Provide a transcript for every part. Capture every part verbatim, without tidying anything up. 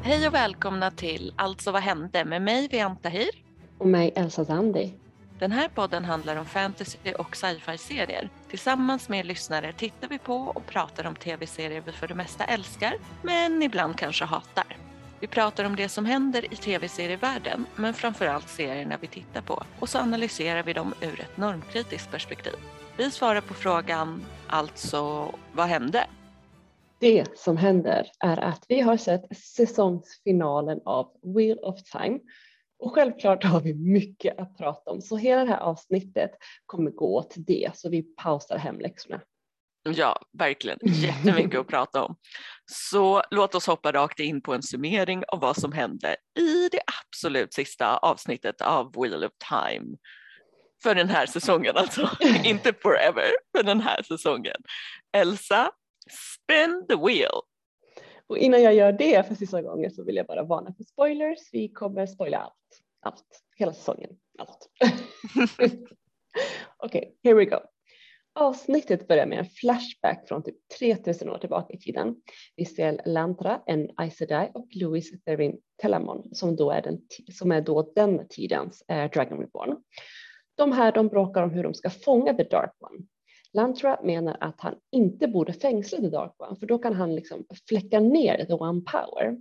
Hej och välkomna till Alltså vad hände med mig, Vian Tahir. Och mig, Elsa Zandi. Den här podden handlar om fantasy och sci-fi-serier. Tillsammans med lyssnare tittar vi på och pratar om tv-serier vi för det mesta älskar, men ibland kanske hatar. Vi pratar om det som händer i tv-serievärlden, men framförallt serierna vi tittar på. Och så analyserar vi dem ur ett normkritiskt perspektiv. Vi svarar på frågan, alltså, vad hände? Det som händer är att vi har sett säsongsfinalen av Wheel of Time. Och självklart har vi mycket att prata om. Så hela det här avsnittet kommer gå till det. Så vi pausar hemläxorna. Ja, verkligen. Jättemycket att prata om. Så låt oss hoppa rakt in på en summering av vad som hände i det absolut sista avsnittet av Wheel of Time. För den här säsongen alltså. Inte forever, för den här säsongen. Elsa, spin the wheel. Och innan jag gör det för sista gången så vill jag bara varna för spoilers. Vi kommer spoila allt. Allt. Hela säsongen. Allt. Okej, okay, here we go. Avsnittet börjar med en flashback från typ tre tusen år tillbaka i tiden. Vi ser Lantra, en Aes Sedai och Louis Therin Telamon som, då är den, som är då den tidens eh, Dragon Reborn. De här de bråkar om hur de ska fånga The Dark One. Lantra menar att han inte borde fängsla The Dark One för då kan han liksom fläcka ner The One Power.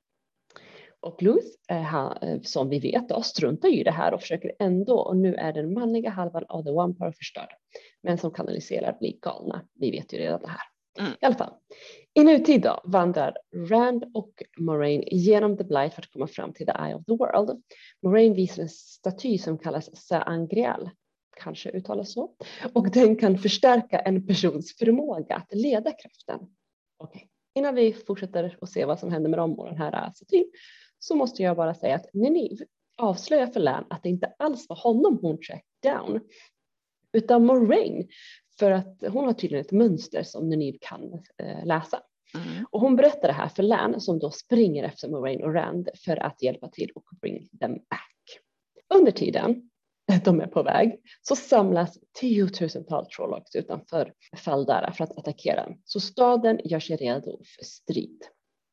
Och Louis, eh, han, som vi vet, då, struntar ju det här och försöker ändå, och nu är den manliga halvan av The One Power förstörd. Men som kanaliserar blir galna. Vi vet ju redan det här. Mm. I alla fall. I nutid då vandrar Rand och Moiraine genom The Blight för att komma fram till The Eye of the World. Moiraine visar en staty som kallas Sa'angreal. Kanske uttalas så. Och den kan förstärka en persons förmåga att leda kraften. Okej. Okay. Innan vi fortsätter att se vad som händer med dem och den här statyn så måste jag bara säga att Nynaeve avslöjar för Lan att det inte alls var honom hon tracked down utan Moiraine, för att hon har tydligen ett mönster som Nynaeve kan eh, läsa. Mm. Och hon berättar det här för Lan som då springer efter Moiraine och Rand för att hjälpa till och bring them back. Under tiden de är på väg så samlas tiotusentals Trollocs utanför Fal Dara för att attackera. Så staden gör sig redo för strid.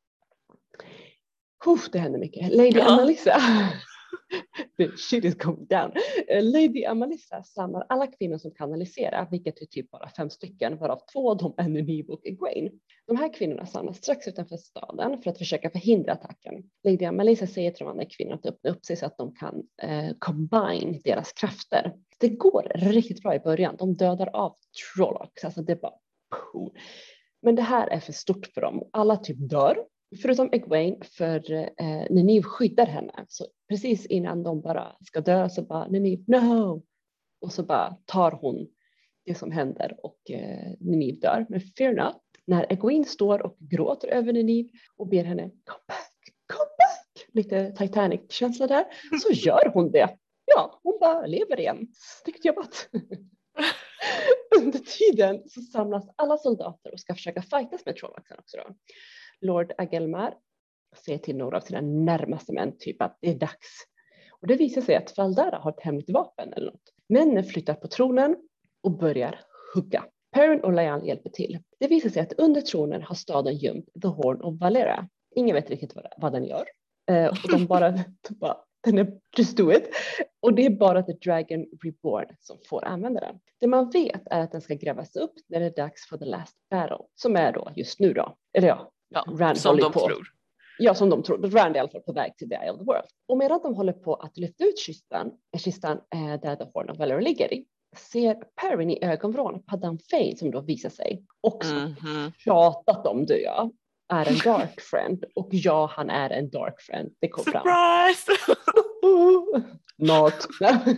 Uff, det händer mycket. Lady ja. Amalissa. The shit is going down. Lady Amalissa samlar alla kvinnor som kanaliserar, vilket är typ bara fem stycken, varav två av dem är Nynaeve och Egwene. De här kvinnorna samlas strax utanför staden för att försöka förhindra attacken. Lady Amalissa säger till de andra kvinnorna att öppna upp sig så att de kan eh, combine deras krafter. Det går riktigt bra i början. De dödar av Trollocs, alltså det är bara cool. Men det här är för stort för dem. Alla typ dör. Förutom Egwene, för eh, Nynaeve skyddar henne. Så precis innan de bara ska dö så bara Nynaeve, no! Och så bara tar hon det som händer och eh, Nynaeve dör. Men fear not, när Egwene står och gråter över Nynaeve och ber henne come back, come back! Lite Titanic-känsla där. Så gör hon det. Ja, hon bara lever igen. Snyggt jobbat! Under tiden så samlas alla soldater och ska försöka fightas med Trollocsarna också då. Lord Agelmar säger till några av sina närmaste män typ att det är dags. Och det visar sig att Fal Dara har ett hemligt vapen eller något. Männen flyttar på tronen och börjar hugga. Perrin och Lyanna hjälper till. Det visar sig att under tronen har staden gömt The Horn of Valera. Ingen vet riktigt vad, vad den gör. Eh, och de bara, bara den är just do it. Och det är bara The Dragon Reborn som får använda den. Det man vet är att den ska grävas upp när det är dags för the last battle. Som är då just nu då. Eller ja. Ja, Rand som de på. tror. Ja, som de tror. Rand är i alla fall på väg till The Eye of the World. Och medan de håller på att lyfta ut kistan, kistan eh, där The Horn of Valera ligger i, ser Perrin i ögonvrån Padan Fain som då visar sig. Och som mm-hmm. tjatat om det, ja, är en dark friend. Och ja, han är en dark friend. Det kom Surprise! fram. Not.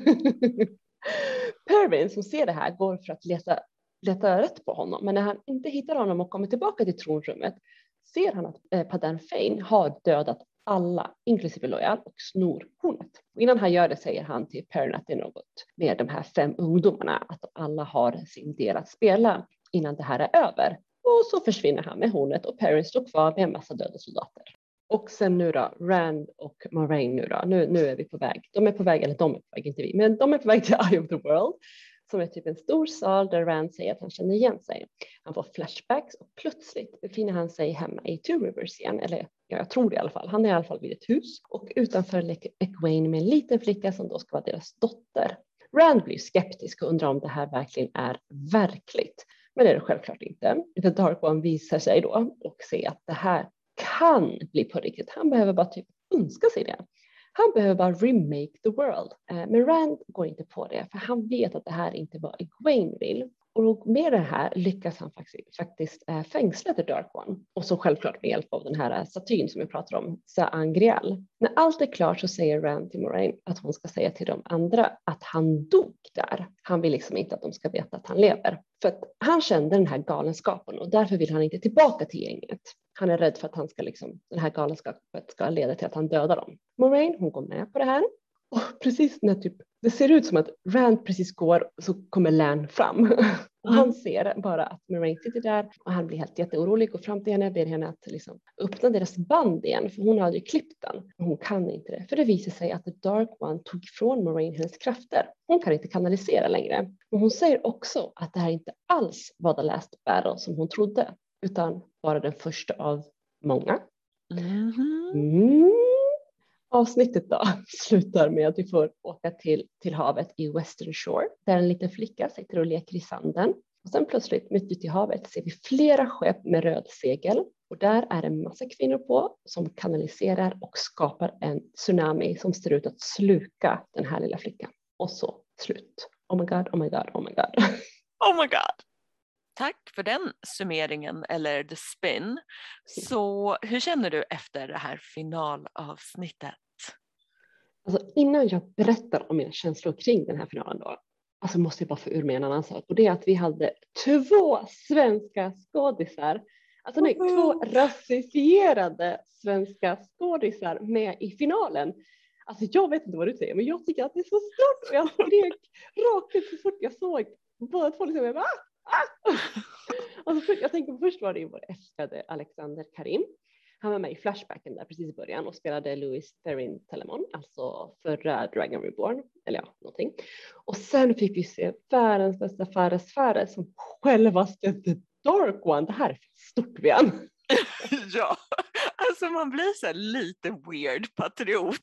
Perrin som ser det här går för att leta leta rätt på honom, men när han inte hittar honom och kommer tillbaka till tronrummet ser han att eh, Padan Fain har dödat alla, inklusive Loial, och snor hornet. Och innan han gör det säger han till Perrin att det är något med de här fem ungdomarna, att alla har sin del att spela innan det här är över. Och så försvinner han med hornet och Perrin står kvar med en massa döda soldater. Och sen nu då, Rand och Moiraine nu då, nu, nu är vi på väg. De är på väg, eller de är på väg, inte vi, men de är på väg till Eye of the World. Som är typ en stor sal där Rand säger att han känner igen sig. Han får flashbacks och plötsligt befinner han sig hemma i Two Rivers igen. Eller ja, jag tror det i alla fall. Han är i alla fall vid ett hus och utanför leker Egwene med en liten flicka som då ska vara deras dotter. Rand blir skeptisk och undrar om det här verkligen är verkligt. Men det är det självklart inte. Utan Dark One visar sig då och säger att det här kan bli på riktigt. Han behöver bara typ önska sig det. Han behöver bara remake the world. Men Rand går inte på det för han vet att det här inte är vad Egwene vill. Och med det här lyckas han faktiskt, faktiskt fängsla The Dark One. Och så självklart med hjälp av den här statyn som vi pratar om, Sa'angreal. När allt är klart så säger Rand till Moiraine att hon ska säga till de andra att han dog där. Han vill liksom inte att de ska veta att han lever. För att han kände den här galenskapen och därför vill han inte tillbaka till gänget. Han är rädd för att han ska liksom, den här galenskapet ska leda till att han dödar dem. Moiraine, hon går med på det här. Och precis när typ, det ser ut som att Rand precis går så kommer Lan fram. Och han ser bara att Moiraine sitter där och han blir helt jätteorolig och fram till henne ber henne att liksom öppna deras band igen för hon hade ju klippt den. Men hon kan inte det för det visar sig att The Dark One tog ifrån Moiraine hennes krafter. Hon kan inte kanalisera längre. Men hon säger också att det här inte alls var The Last Battle som hon trodde utan bara den första av många. Mm-hmm. Mm. Avsnittet då slutar med att vi får åka till, till havet i Western Shore. Där en liten flicka sitter och leker i sanden. Och sen plötsligt mitt ute i havet ser vi flera skepp med röd segel. Och där är en massa kvinnor på som kanaliserar och skapar en tsunami som ser ut att sluka den här lilla flickan. Och så slut. Oh my god, oh my god, oh my god. Oh my god. Tack för den summeringen eller the spin. Så hur känner du efter det här finalavsnittet? Alltså innan jag berättar om mina känslor kring den här finalen då. Alltså måste jag bara få ur mig en annan sak. Och det är att vi hade två svenska skådisar. Alltså nej, mm. två rasifierade svenska skådisar med i finalen. Alltså jag vet inte vad du säger men jag tycker att det är så stort. Och jag skrek rakt ut så fort jag såg båda två liksom. Jag bara, ah! Och så, jag tänkte först var det ju vår älskade Alexander Karim. Han var med i Flashbacken där precis i början och spelade Louis Therin Telemon, alltså förra Dragon Reborn, eller ja, någonting. Och sen fick vi se världens bästa Fares Fares som självaste The Dark One. Det här är stort, Vian. Ja, alltså man blir så här lite weird patriot.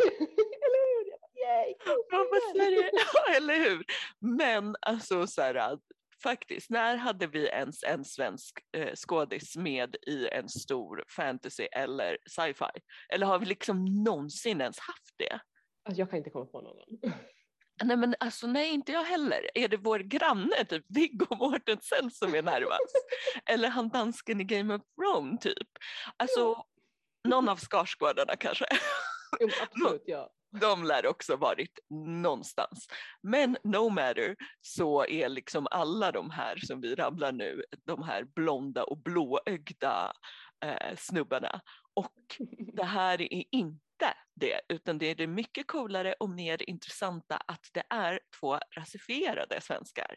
Eller hur? Yay! Man bara säger, ja, eller hur? Men alltså så här, faktiskt, när hade vi ens en svensk eh, skådis med i en stor fantasy eller sci-fi? Eller har vi liksom någonsin ens haft det? Alltså jag kan inte komma på någon. Nej men alltså nej, inte jag heller. Är det vår granne typ Viggo Mortensen som är närmast? Eller han dansken i Game of Thrones typ? Alltså ja. Någon av Skarsgårdarna kanske? Jo, absolut, ja. De lär också varit någonstans. Men no matter så är liksom alla de här som vi rabblar nu, de här blonda och blåögda eh, snubbarna. Och det här är inte det, utan det är det mycket coolare och mer intressanta att det är två rasifierade svenskar.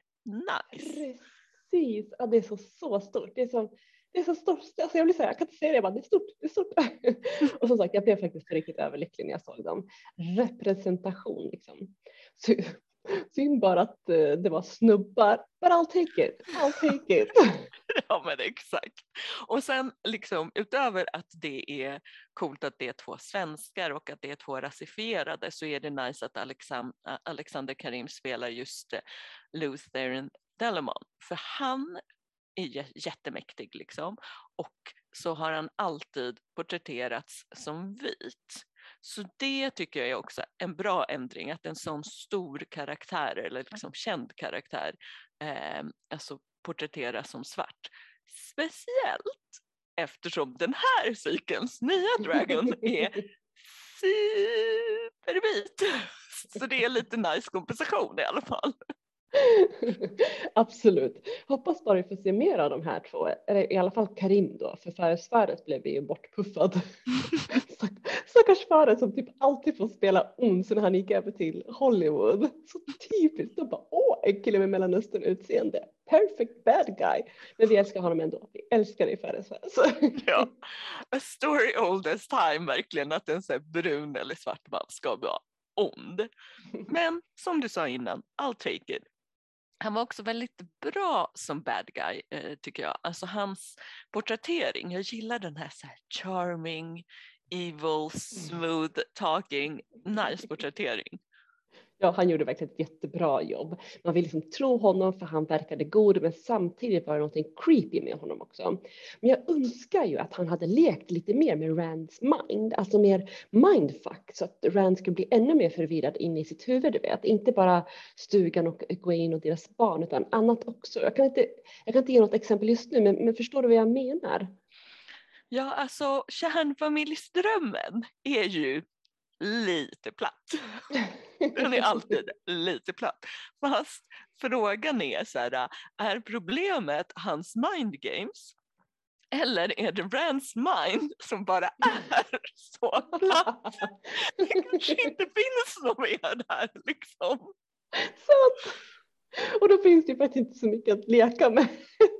Nice! Precis, ja, det är så, så stort. Det är så, det är så stort, alltså jag blir så här, jag kan inte säga det, bara, det är stort, det är stort. Och som sagt, jag blev faktiskt riktigt överlycklig när jag såg dem. Representation liksom. Så, synd bara att uh, det var snubbar, but I'll take it, I'll take it. Ja men exakt. Och sen liksom utöver att det är coolt att det är två svenskar och att det är två rasifierade så är det nice att Alexam- Alexander Karim spelar just uh, Louis Therin Telemon. För han är jättemäktig liksom och så har han alltid porträtterats som vit. Så det tycker jag är också en bra ändring, att en sån stor karaktär eller liksom känd karaktär eh, alltså porträtteras som svart. Speciellt eftersom den här cykelns nya dragon är supervit. Så det är lite nice kompensation i alla fall. Absolut. Hoppas bara vi får se mer av de här två. Eller i alla fall Karim då. För Fares Fares blev vi ju bortpuffad. Stackars Fares som typ alltid får spela ond sen han gick över till Hollywood. Så typiskt. De bara, åh, en kille med Mellanöstern utseende. Perfect bad guy. Men vi älskar honom ändå. Vi älskar dig Fares Fares. Ja. A story old as time verkligen. Att en så här brun eller svart man ska vara ond. Men som du sa innan, I'll take it. Han var också väldigt bra som bad guy eh, tycker jag. Alltså hans porträttering, jag gillar den här, så här charming, evil, smooth talking, nice porträttering. Ja, han gjorde verkligen ett jättebra jobb. Man vill liksom tro honom för han verkade god, men samtidigt var det någonting creepy med honom också. Men jag önskar ju att han hade lekt lite mer med Rands mind, alltså mer mindfuck, så att Rand skulle bli ännu mer förvirrad in i sitt huvud, du vet. Inte bara stugan och Egwene och deras barn, utan annat också. Jag kan inte, jag kan inte ge något exempel just nu, men, men förstår du vad jag menar? Ja, alltså kärnfamiljsdrömmen är ju lite platt. Den är alltid lite platt. Fast frågan är så här, är problemet hans mind games? Eller är det Rands mind som bara är så platt? Det kanske inte finns något mer där liksom. Sant. Och då finns det ju faktiskt inte så mycket att leka med.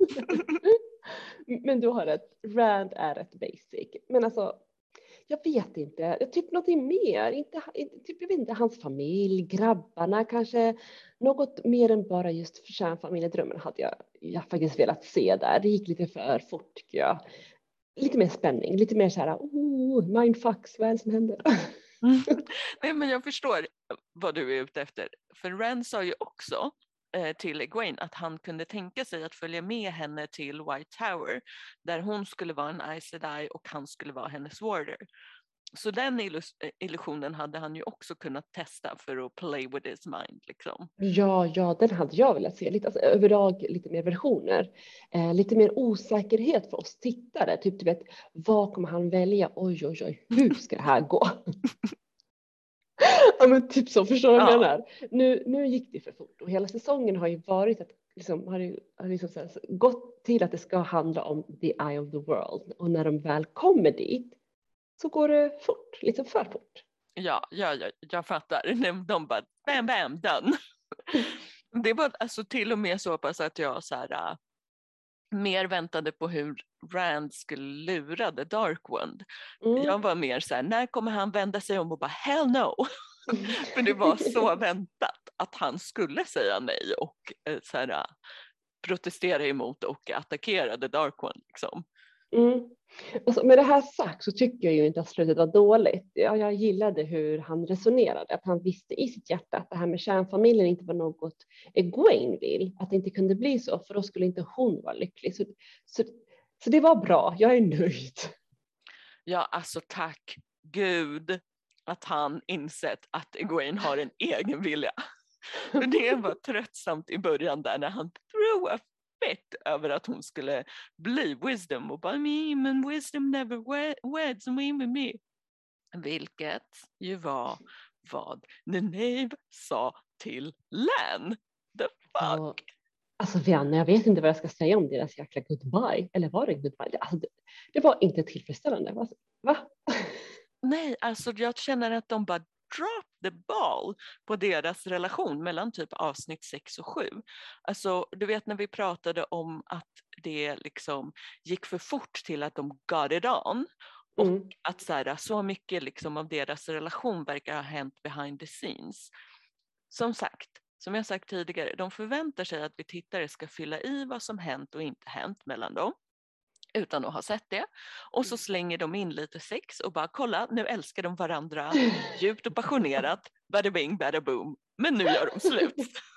Men du har rätt, Rand är rätt basic. Men alltså, jag vet inte, jag typ någonting mer. Inte, typ, jag vet inte, hans familj, grabbarna kanske. Något mer än bara just för kärnfamiljedrömmen hade jag, jag faktiskt velat se där. Det gick lite för fort tycker jag. Lite mer spänning, lite mer så här, oh, mindfucks, vad är det som händer? Mm. Nej, men jag förstår vad du är ute efter. För Rand sa ju också eh, till Egwene att han kunde tänka sig att följa med henne till White Tower, där hon skulle vara en Aes Sedai och han skulle vara hennes warder. Så den illus- illusionen hade han ju också kunnat testa för att play with his mind liksom. Ja, ja, den hade jag velat se. Lite, alltså, överlag lite mer versioner. Eh, lite mer osäkerhet för oss tittare. Typ, du vet, vad kommer han välja? Oj, oj, oj, hur ska det här gå? Ja, men typ så, förstår du vad jag menar? Nu, nu gick det för fort och hela säsongen har ju varit att liksom, har ju, har liksom så här, gått till att det ska handla om the eye of the world. Och när de väl kommer dit så går det fort, liksom för fort. Ja, ja, ja, jag fattar. De bara bam, bam, done. Det var alltså till och med så pass att jag så här, uh, mer väntade på hur Rand skulle lura The Dark One. Mm. Jag var mer så här, när kommer han vända sig om och bara hell no? För det var så väntat att han skulle säga nej och uh, så här, uh, protestera emot och attackera The Dark One liksom. Mm. Alltså, med det här sagt så tycker jag ju inte att slutet var dåligt. Ja, jag gillade hur han resonerade, att han visste i sitt hjärta att det här med kärnfamiljen inte var något Egwene vill, att det inte kunde bli så, för då skulle inte hon vara lycklig. Så, så, så det var bra, jag är nöjd. Ja, alltså tack Gud att han insett att Egwene har en egen vilja. För det var tröttsamt i början där när han threw a fit över att hon skulle bli Wisdom och bara men Wisdom never weds me with me. Vilket ju var vad Nynaeve sa till Lan. The fuck? Och, alltså Vianna, jag vet inte vad jag ska säga om deras jäkla goodbye. Eller var det goodbye? Alltså, det, det var inte tillfredsställande. Alltså, va? Nej, alltså jag känner att de bara drop the ball på deras relation mellan typ avsnitt sex och sju. Alltså du vet när vi pratade om att det liksom gick för fort till att de got it on och mm. att så, här, så mycket liksom av deras relation verkar ha hänt behind the scenes. Som sagt, som jag sagt tidigare, de förväntar sig att vi tittare ska fylla i vad som hänt och inte hänt mellan dem utan att ha sett det. Och så slänger de in lite sex och bara kolla, nu älskar de varandra djupt och passionerat, bada bing, bada boom, men nu gör de slut.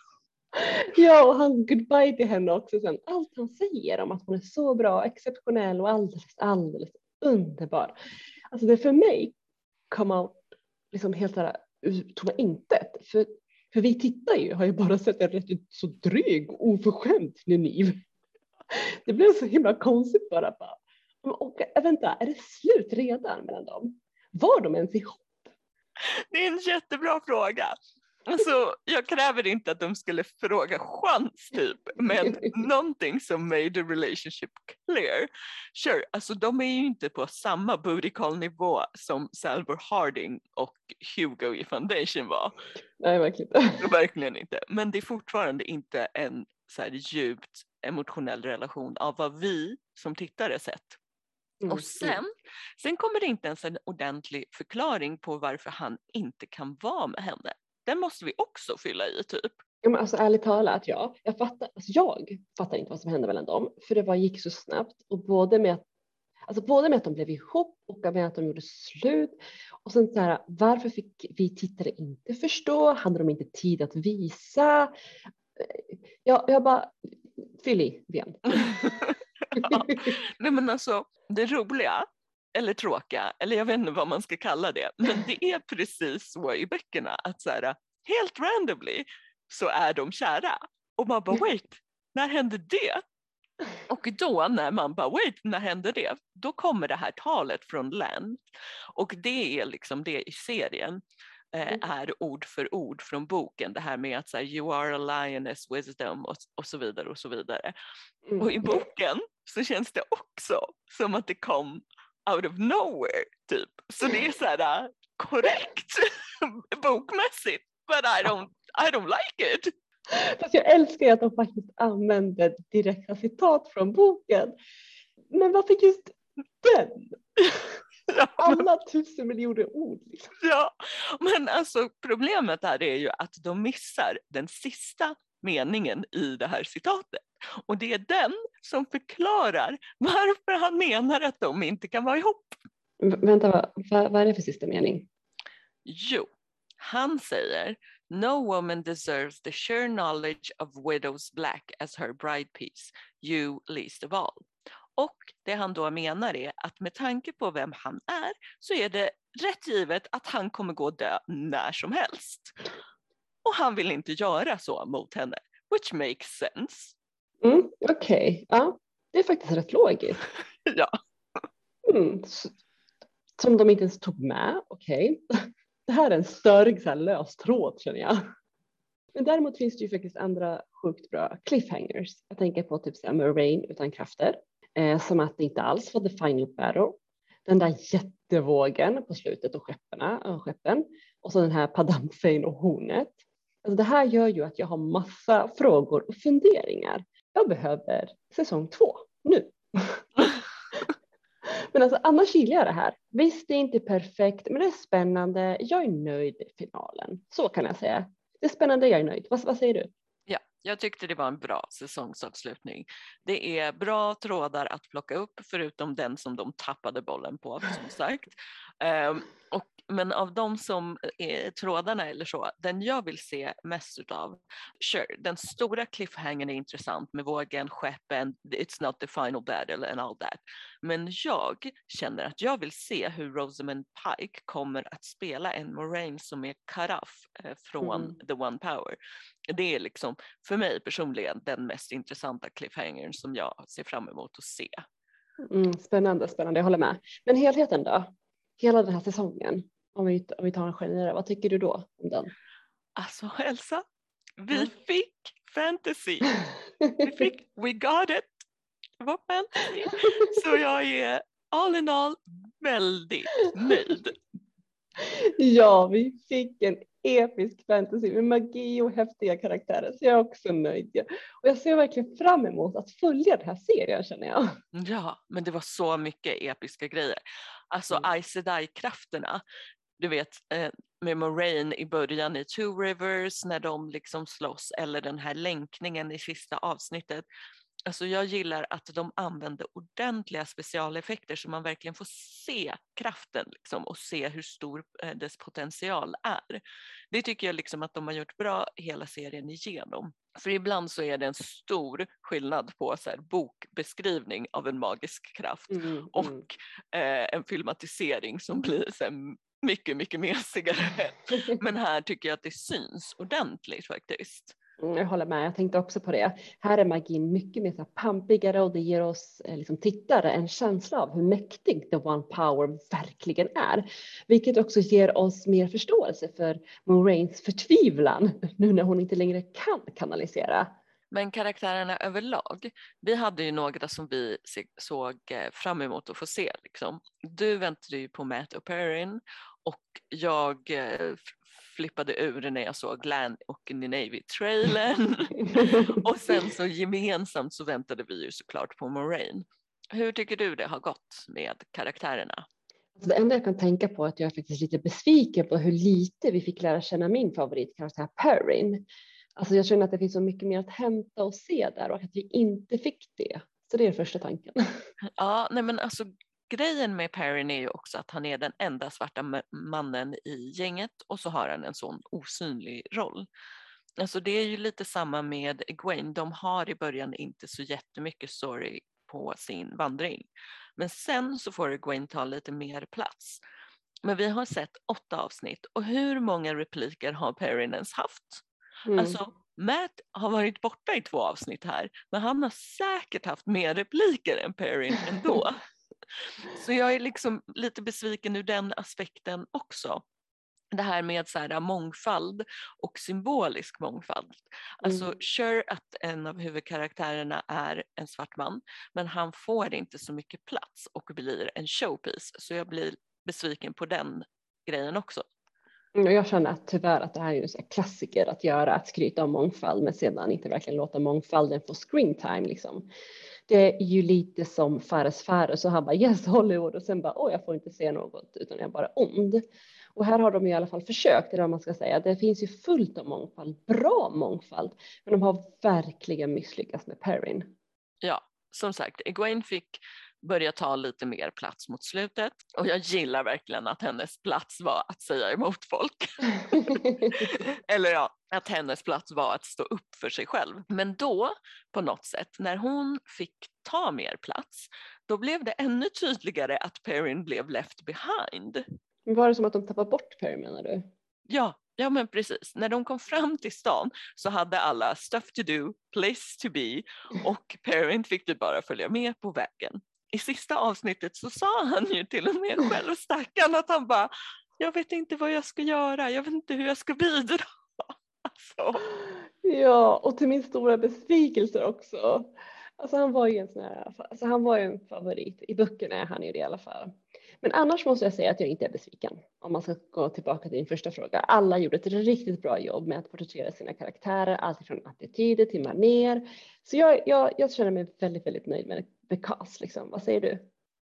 Ja, och han goodbye till henne också sen. Allt han säger om att hon är så bra, exceptionell och alldeles, alldeles underbar. Alltså det för mig kom out liksom helt såhär tomma intet. För, för vi tittar ju, har ju bara sett en rätt så dryg och oförskämd Nynaeve. Det blev så himla konstigt bara. Och, vänta, är det slut redan mellan dem? Var de ens ihop? Det är en jättebra fråga. Alltså, jag kräver inte att de skulle fråga chans typ, men någonting som made the relationship clear. Sure, alltså de är ju inte på samma booty call nivå som Salvor Harding och Hugo i Foundation var. Nej, verkligen inte. Verkligen inte. Men det är fortfarande inte en så här djupt emotionell relation av vad vi som tittare sett. Mm, och sen, sen kommer det inte ens en ordentlig förklaring på varför han inte kan vara med henne. Den måste vi också fylla i typ. Ja, men alltså ärligt talat, ja. Jag fattar, alltså jag fattar inte vad som hände mellan dem. För det var, gick så snabbt. Och både med, att, alltså både med att de blev ihop och med att de gjorde slut. Och sen så här, varför fick vi tittare inte förstå? Hade de inte tid att visa? Jag, jag bara, fyll i igen. Ja. Nej, men alltså, det roliga, eller tråkiga, eller jag vet inte vad man ska kalla det, men det är precis så i böckerna att så här, helt randomly så är de kära. Och man bara, wait, när hände det? Och då när man bara, wait, när hände det? Då kommer det här talet från Lan. Och det är liksom det i serien. Eh, är ord för ord från boken. Det här med att så här, you are a lioness wisdom och, och så vidare och så vidare. Mm. Och i boken så känns det också som att det kom out of nowhere typ. Så det är så här korrekt bokmässigt. But I don't, I don't like it. Fast jag älskar att de faktiskt använder direkta citat från boken. Men varför just den? Ja, Alla tusen miljoner ord. Liksom. Ja, men alltså problemet här är ju att de missar den sista meningen i det här citatet. Och det är den som förklarar varför han menar att de inte kan vara ihop. V- vänta, vad, vad, vad är det för sista mening? Jo, han säger no woman deserves the sure knowledge of widow's black as her bride piece, you least of all. Och det han då menar är att med tanke på vem han är så är det rätt givet att han kommer gå och dö när som helst. Och han vill inte göra så mot henne, which makes sense. Mm, Okej, okay. Ja, det är faktiskt rätt logiskt. Ja. Mm, som de inte ens tog med, okej. Okay. Det här är en störig så här, lös tråd känner jag. Men däremot finns det ju faktiskt andra sjukt bra cliffhangers. Jag tänker på typ så här, Moraine utan krafter. Eh, som att det inte alls var the final battle. Den där jättevågen på slutet och skepparna, och skeppen. Och så den här Padamfein och hornet. Alltså det här gör ju att jag har massa frågor och funderingar. Jag behöver säsong två nu. Men alltså annars gillar jag det här. Visst, det är inte perfekt, men det är spännande. Jag är nöjd i finalen. Så kan jag säga. Det är spännande, jag är nöjd. Vad, vad säger du? Ja, jag tyckte det var en bra säsongsavslutning. Det är bra trådar att plocka upp, förutom den som de tappade bollen på, som sagt. Um, och, men av de som är trådarna eller så, den jag vill se mest utav, sure, den stora cliffhangern är intressant med vågen, skeppen, it's not the final battle and all that. Men jag känner att jag vill se hur Rosamund Pike kommer att spela en Moraine som är cut off eh, från Mm. The One Power. Det är liksom för mig personligen den mest intressanta cliffhangern som jag ser fram emot att se. Mm, spännande, spännande, jag håller med. Men helheten då? Hela den här säsongen, om vi, om vi tar en generell, vad tycker du då om den? Alltså Elsa, vi Mm. fick fantasy. Vi fick, we got it. Det var fantasy. Så jag är all in all väldigt nöjd. Ja, vi fick en episk fantasy med magi och häftiga karaktärer, så jag är också nöjd. Och jag ser verkligen fram emot att följa den här serien, känner jag. Ja, men det var så mycket episka grejer. Alltså Mm. Aes Sedai-krafterna, du vet eh, med Moraine i början i Two Rivers när de liksom slåss, eller den här länkningen i sista avsnittet. Alltså jag gillar att de använder ordentliga specialeffekter så man verkligen får se kraften liksom, och se hur stor eh, dess potential är. Det tycker jag liksom att de har gjort bra hela serien igenom. För ibland så är det en stor skillnad på så här, bokbeskrivning av en magisk kraft Mm, mm. och eh, en filmatisering som blir så här, mycket, mycket mesigare. Men här tycker jag att det syns ordentligt faktiskt. Mm, jag håller med, jag tänkte också på det. Här är magin mycket mer så här pampigare och det ger oss eh, liksom, tittare en känsla av hur mäktig The One Power verkligen är. Vilket också ger oss mer förståelse för Moraines förtvivlan nu när hon inte längre kan kanalisera. Men karaktärerna överlag, vi hade ju några som vi såg fram emot att få se. Liksom. Du väntade ju på Matt och Perrin och jag flippade ur när jag såg Lan och Nynaeve-trailern. Och sen så gemensamt så väntade vi ju såklart på Moraine. Hur tycker du det har gått med karaktärerna? Det enda jag kan tänka på är att jag är faktiskt lite besviken på hur lite vi fick lära känna min favoritkaraktär Perrin. Alltså jag känner att det finns så mycket mer att hämta och se där och att vi inte fick det. Så det är första tanken. Ja, nej men alltså grejen med Perrin är ju också att han är den enda svarta mannen i gänget och så har han en sån osynlig roll. Alltså det är ju lite samma med Egwene. De har i början inte så jättemycket story på sin vandring. Men sen så får Egwene ta lite mer plats. Men vi har sett åtta avsnitt och hur många repliker har Perrin ens haft? Mm. Alltså Matt har varit borta i två avsnitt här, men han har säkert haft mer repliker än Perrin ändå. Så jag är liksom lite besviken ur den aspekten också. Det här med så här mångfald och symbolisk mångfald. Alltså mm. sure att en av huvudkaraktärerna är en svart man, men han får inte så mycket plats och blir en showpiece. Så jag blir besviken på den grejen också. Jag känner att tyvärr att det här är en klassiker att göra, att skryta om mångfald men sedan inte verkligen låta mångfalden få screen time liksom. Det är ju lite som Fares Fares så han bara yes Hollywood och sen bara åh jag får inte se något utan jag är bara ond. Och här har de i alla fall försökt, det är vad man ska säga. Det finns ju fullt av mångfald, bra mångfald, men de har verkligen misslyckats med Perrin. Ja, som sagt, Egwene fick börja ta lite mer plats mot slutet och jag gillar verkligen att hennes plats var att säga emot folk. Eller ja, att hennes plats var att stå upp för sig själv. Men då, på något sätt, när hon fick ta mer plats, då blev det ännu tydligare att Perrin blev left behind. Var det som att de tappade bort Perrin menar du? Ja, ja men precis. När de kom fram till stan så hade alla stuff to do, place to be och Perrin fick ju bara följa med på vägen. I sista avsnittet så sa han ju till och med själv stackarn att han bara jag vet inte vad jag ska göra, jag vet inte hur jag ska bidra. Alltså. Ja, och till min stora besvikelse också. Alltså han var ju en sån här, alltså han var ju en favorit. I böckerna är han ju det i alla fall. Men annars måste jag säga att jag inte är besviken. Om man ska gå tillbaka till din första fråga. Alla gjorde ett riktigt bra jobb med att porträttera sina karaktärer. Allt från attityder till manér. Så jag, jag, jag känner mig väldigt, väldigt nöjd med the cast liksom. Vad säger du?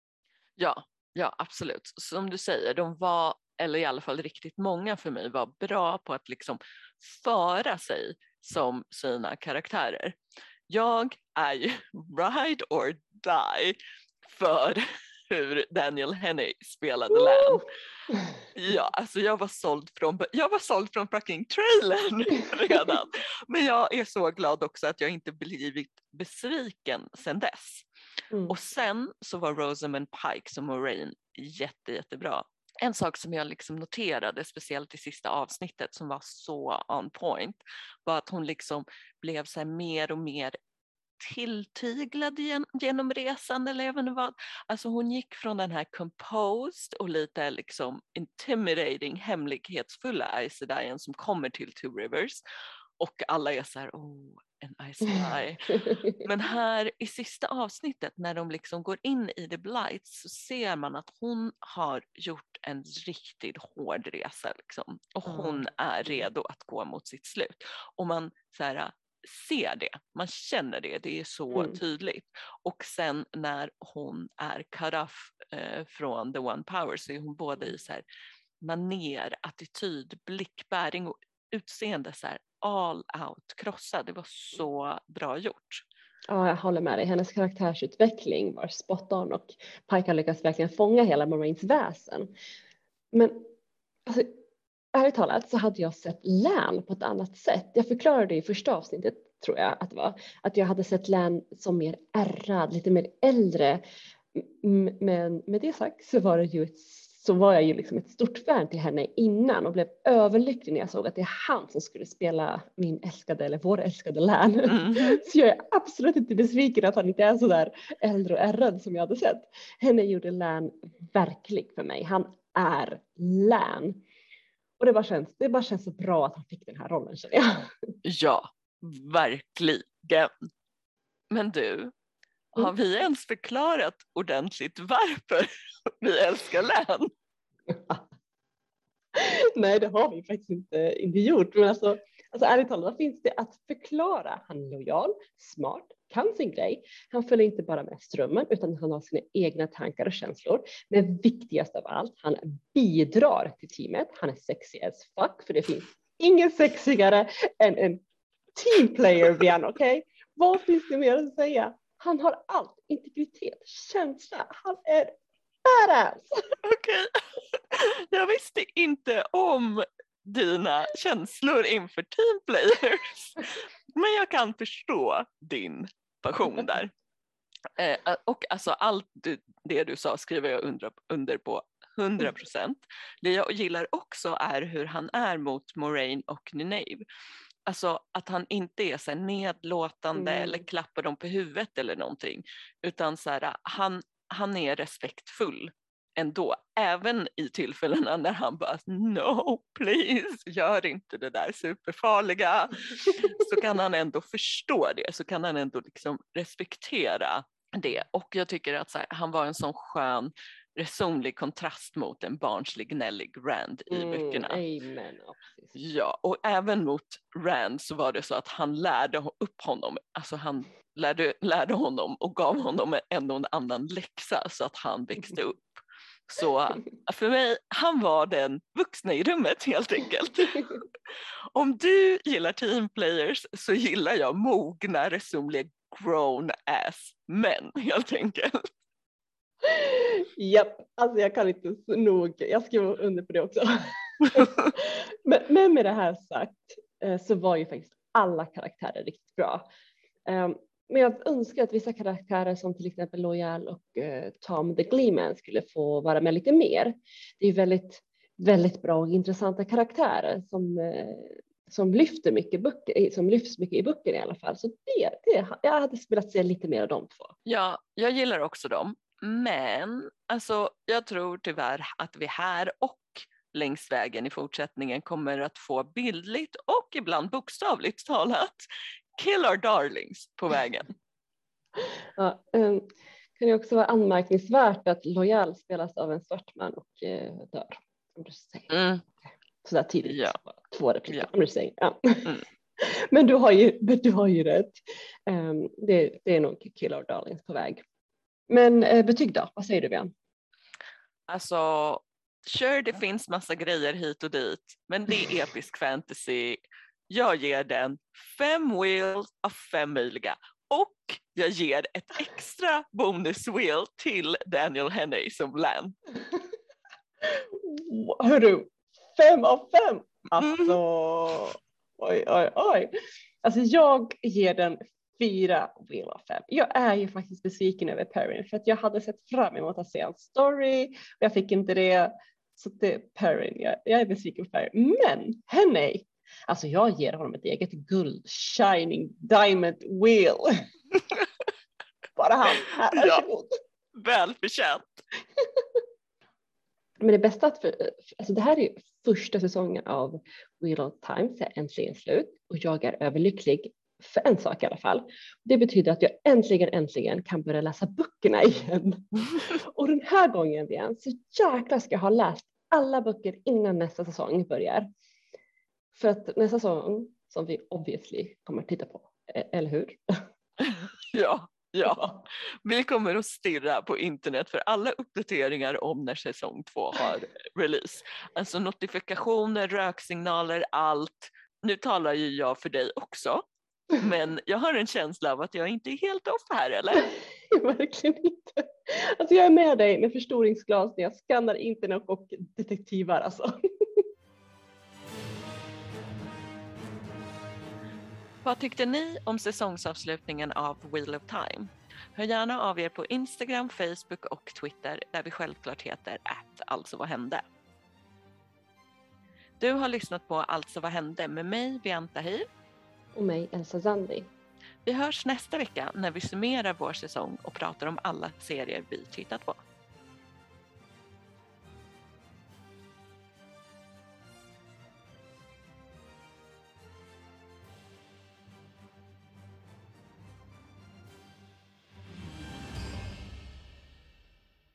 Ja, ja absolut. Som du säger, de var, eller i alla fall riktigt många för mig, var bra på att liksom föra sig som sina karaktärer. Jag är ju ride or die för hur Daniel Henney spelade Lan. Ja, alltså jag var såld från, jag var såld från fucking trailern redan. Men jag är så glad också att jag inte blivit besviken sedan dess. Mm. Och sen så var Rosamund Pike som Moiraine jätte, jättebra. En sak som jag liksom noterade, speciellt i sista avsnittet som var så on point, var att hon liksom blev så här mer och mer tilltyglad gen- genom resan eller även vad. Alltså hon gick från den här composed och lite liksom intimidating, hemlighetsfulla Aes Sedai som kommer till Two Rivers och alla är så här, oh, en Aes Sedai. Men här i sista avsnittet när de liksom går in i The Blights så ser man att hon har gjort en riktigt hård resa liksom. Och hon är redo att gå mot sitt slut. Och man så här, ser det, man känner det, det är så mm. tydligt. Och sen när hon är cut off eh, från The One Power så är hon både i så här maner, attityd, blickbäring och utseende så här all out krossad. Det var så bra gjort. Ja, jag håller med dig. Hennes karaktärsutveckling var spot on och Pike har lyckats verkligen fånga hela Moiraines väsen. Men alltså, ärligt talat så hade jag sett Lan på ett annat sätt. Jag förklarade det i första avsnittet tror jag att det var. Att jag hade sett Lan som mer ärrad, lite mer äldre. Men med det sagt så var det ju ett så var jag ju liksom ett stort fan till henne innan och blev överlycklig när jag såg att det är han som skulle spela min älskade eller vår älskade Lan. Mm. Så jag är absolut inte besviken att han inte är så där äldre och ärrad som jag hade sett. Henne gjorde Lan verklig för mig. Han är Lan. Och det bara känns, det bara känns så bra att han fick den här rollen känner jag. Ja, verkligen. Men du, har vi ens förklarat ordentligt varför vi älskar Lan? Nej, det har vi faktiskt inte, inte gjort. Men alltså, alltså ärligt talat, vad finns det att förklara? Han är lojal, smart, kan sin grej. Han följer inte bara med strömmen utan han har sina egna tankar och känslor. Men viktigast av allt, han bidrar till teamet. Han är sexy as fuck för det finns ingen sexigare än en teamplayer, Vian, okej? Okay? Vad finns det mer att säga? Han har allt, integritet, känsla, han är badass. Okej, okay. Jag visste inte om dina känslor inför teamplayers, men jag kan förstå din passion där. Eh, och alltså allt du, det du sa skriver jag under, under på hundra procent. Det jag gillar också är hur han är mot Moraine och Nynaeve. Alltså att han inte är så här nedlåtande mm. eller klappar dem på huvudet eller någonting. Utan så här, han, han är respektfull ändå. Även i tillfällena när han bara no please, gör inte det där superfarliga. Så kan han ändå förstå det. Så kan han ändå liksom respektera det. Och jag tycker att så här, han var en sån skön resonlig kontrast mot en barnslig gnällig Rand i mm, böckerna. Amen. Ja, och även mot Rand så var det så att han lärde upp honom, alltså han lärde, lärde honom och gav honom en och annan läxa så att han växte upp. Så för mig, han var den vuxna i rummet helt enkelt. Om du gillar teamplayers så gillar jag mogna, resonliga grown ass män helt enkelt. Japp, alltså jag kan inte nog, jag skriver under på det också. men, men med det här sagt så var ju faktiskt alla karaktärer riktigt bra. Men jag önskar att vissa karaktärer som till exempel Loyal och Tom the Gleeman skulle få vara med lite mer. Det är väldigt, väldigt bra och intressanta karaktärer som, som lyfter mycket böcker, som lyfts mycket i böcker i alla fall. Så det, det, jag hade velat se lite mer av de två. Ja, jag gillar också dem. Men alltså, jag tror tyvärr att vi här och längs vägen i fortsättningen kommer att få bildligt och ibland bokstavligt talat kill our darlings på vägen. Ja, um, kan det också vara anmärkningsvärt att Loyal spelas av en svart man och uh, dör. Om du säger. Mm. Sådär tidigt. Ja. Två repliker. Ja. Om du säger. Ja. Mm. Men du har ju, du har ju rätt. Um, det, det är nog kill our darlings på väg. Men eh, betyg då? Vad säger du, Björn? Alltså, sure, det finns massa grejer hit och dit. Men det är episk fantasy. Jag ger den fem wheels av fem möjliga. Och jag ger ett extra bonus wheel till Daniel Henney som Lan. Hörru, fem av fem! Alltså, mm. oj, oj, oj. Alltså jag ger den fyra wheel av fem. Jag är ju faktiskt besviken över Perrin för att jag hade sett fram emot att se en story och jag fick inte det. Så det är Perrin. Jag, jag är besviken på Perrin. Men Henney, alltså jag ger honom ett eget guld shining diamond wheel. Bara han. Här, ja, välförtjänt. Men det bästa att för, alltså det här är första säsongen av Wheel of Time, så är äntligen slut och jag är överlycklig för en sak i alla fall. Det betyder att jag äntligen, äntligen kan börja läsa böckerna igen. Och den här gången igen så jäkla ska jag ha läst alla böcker innan nästa säsong börjar. För att nästa säsong, som vi obviously kommer att titta på, eller hur? Ja, ja. Vi kommer att stirra på internet för alla uppdateringar om när säsong två har release. Alltså notifikationer, röksignaler, allt. Nu talar ju jag för dig också. Men jag har en känsla av att jag inte är helt off här, eller? Verkligen inte. Alltså jag är med dig med förstoringsglas när jag skannar internet och detektivar. Alltså. Vad tyckte ni om säsongsavslutningen av Wheel of Time? Hör gärna av er på Instagram, Facebook och Twitter där vi självklart heter att alltså vad hände. Du har lyssnat på Alltså vad hände med mig, Vian Tahir. Och mig, Elsa Zandi. Vi hörs nästa vecka när vi summerar vår säsong och pratar om alla serier vi tittat på.